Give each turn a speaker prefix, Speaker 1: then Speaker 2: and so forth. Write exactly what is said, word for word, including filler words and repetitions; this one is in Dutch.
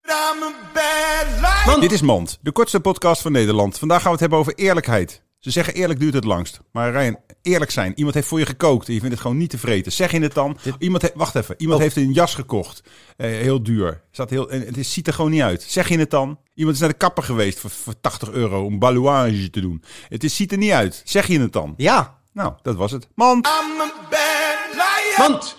Speaker 1: Want... Dit is Mand, de kortste podcast van Nederland. Vandaag gaan we het hebben over eerlijkheid. Ze zeggen eerlijk duurt het langst. Maar Ryan, eerlijk zijn. Iemand heeft voor je gekookt en je vindt het gewoon niet te vreten. Zeg je het dan? Dit... Iemand he... Wacht even. Iemand oh. heeft een jas gekocht. Eh, heel duur. Staat heel... En het ziet er gewoon niet uit. Zeg je het dan? Iemand is naar de kapper geweest voor, voor tachtig euro om balayage te doen. Het is, ziet er niet uit. Zeg je het dan?
Speaker 2: Ja.
Speaker 1: Nou, dat was het. Mand.
Speaker 2: Mand.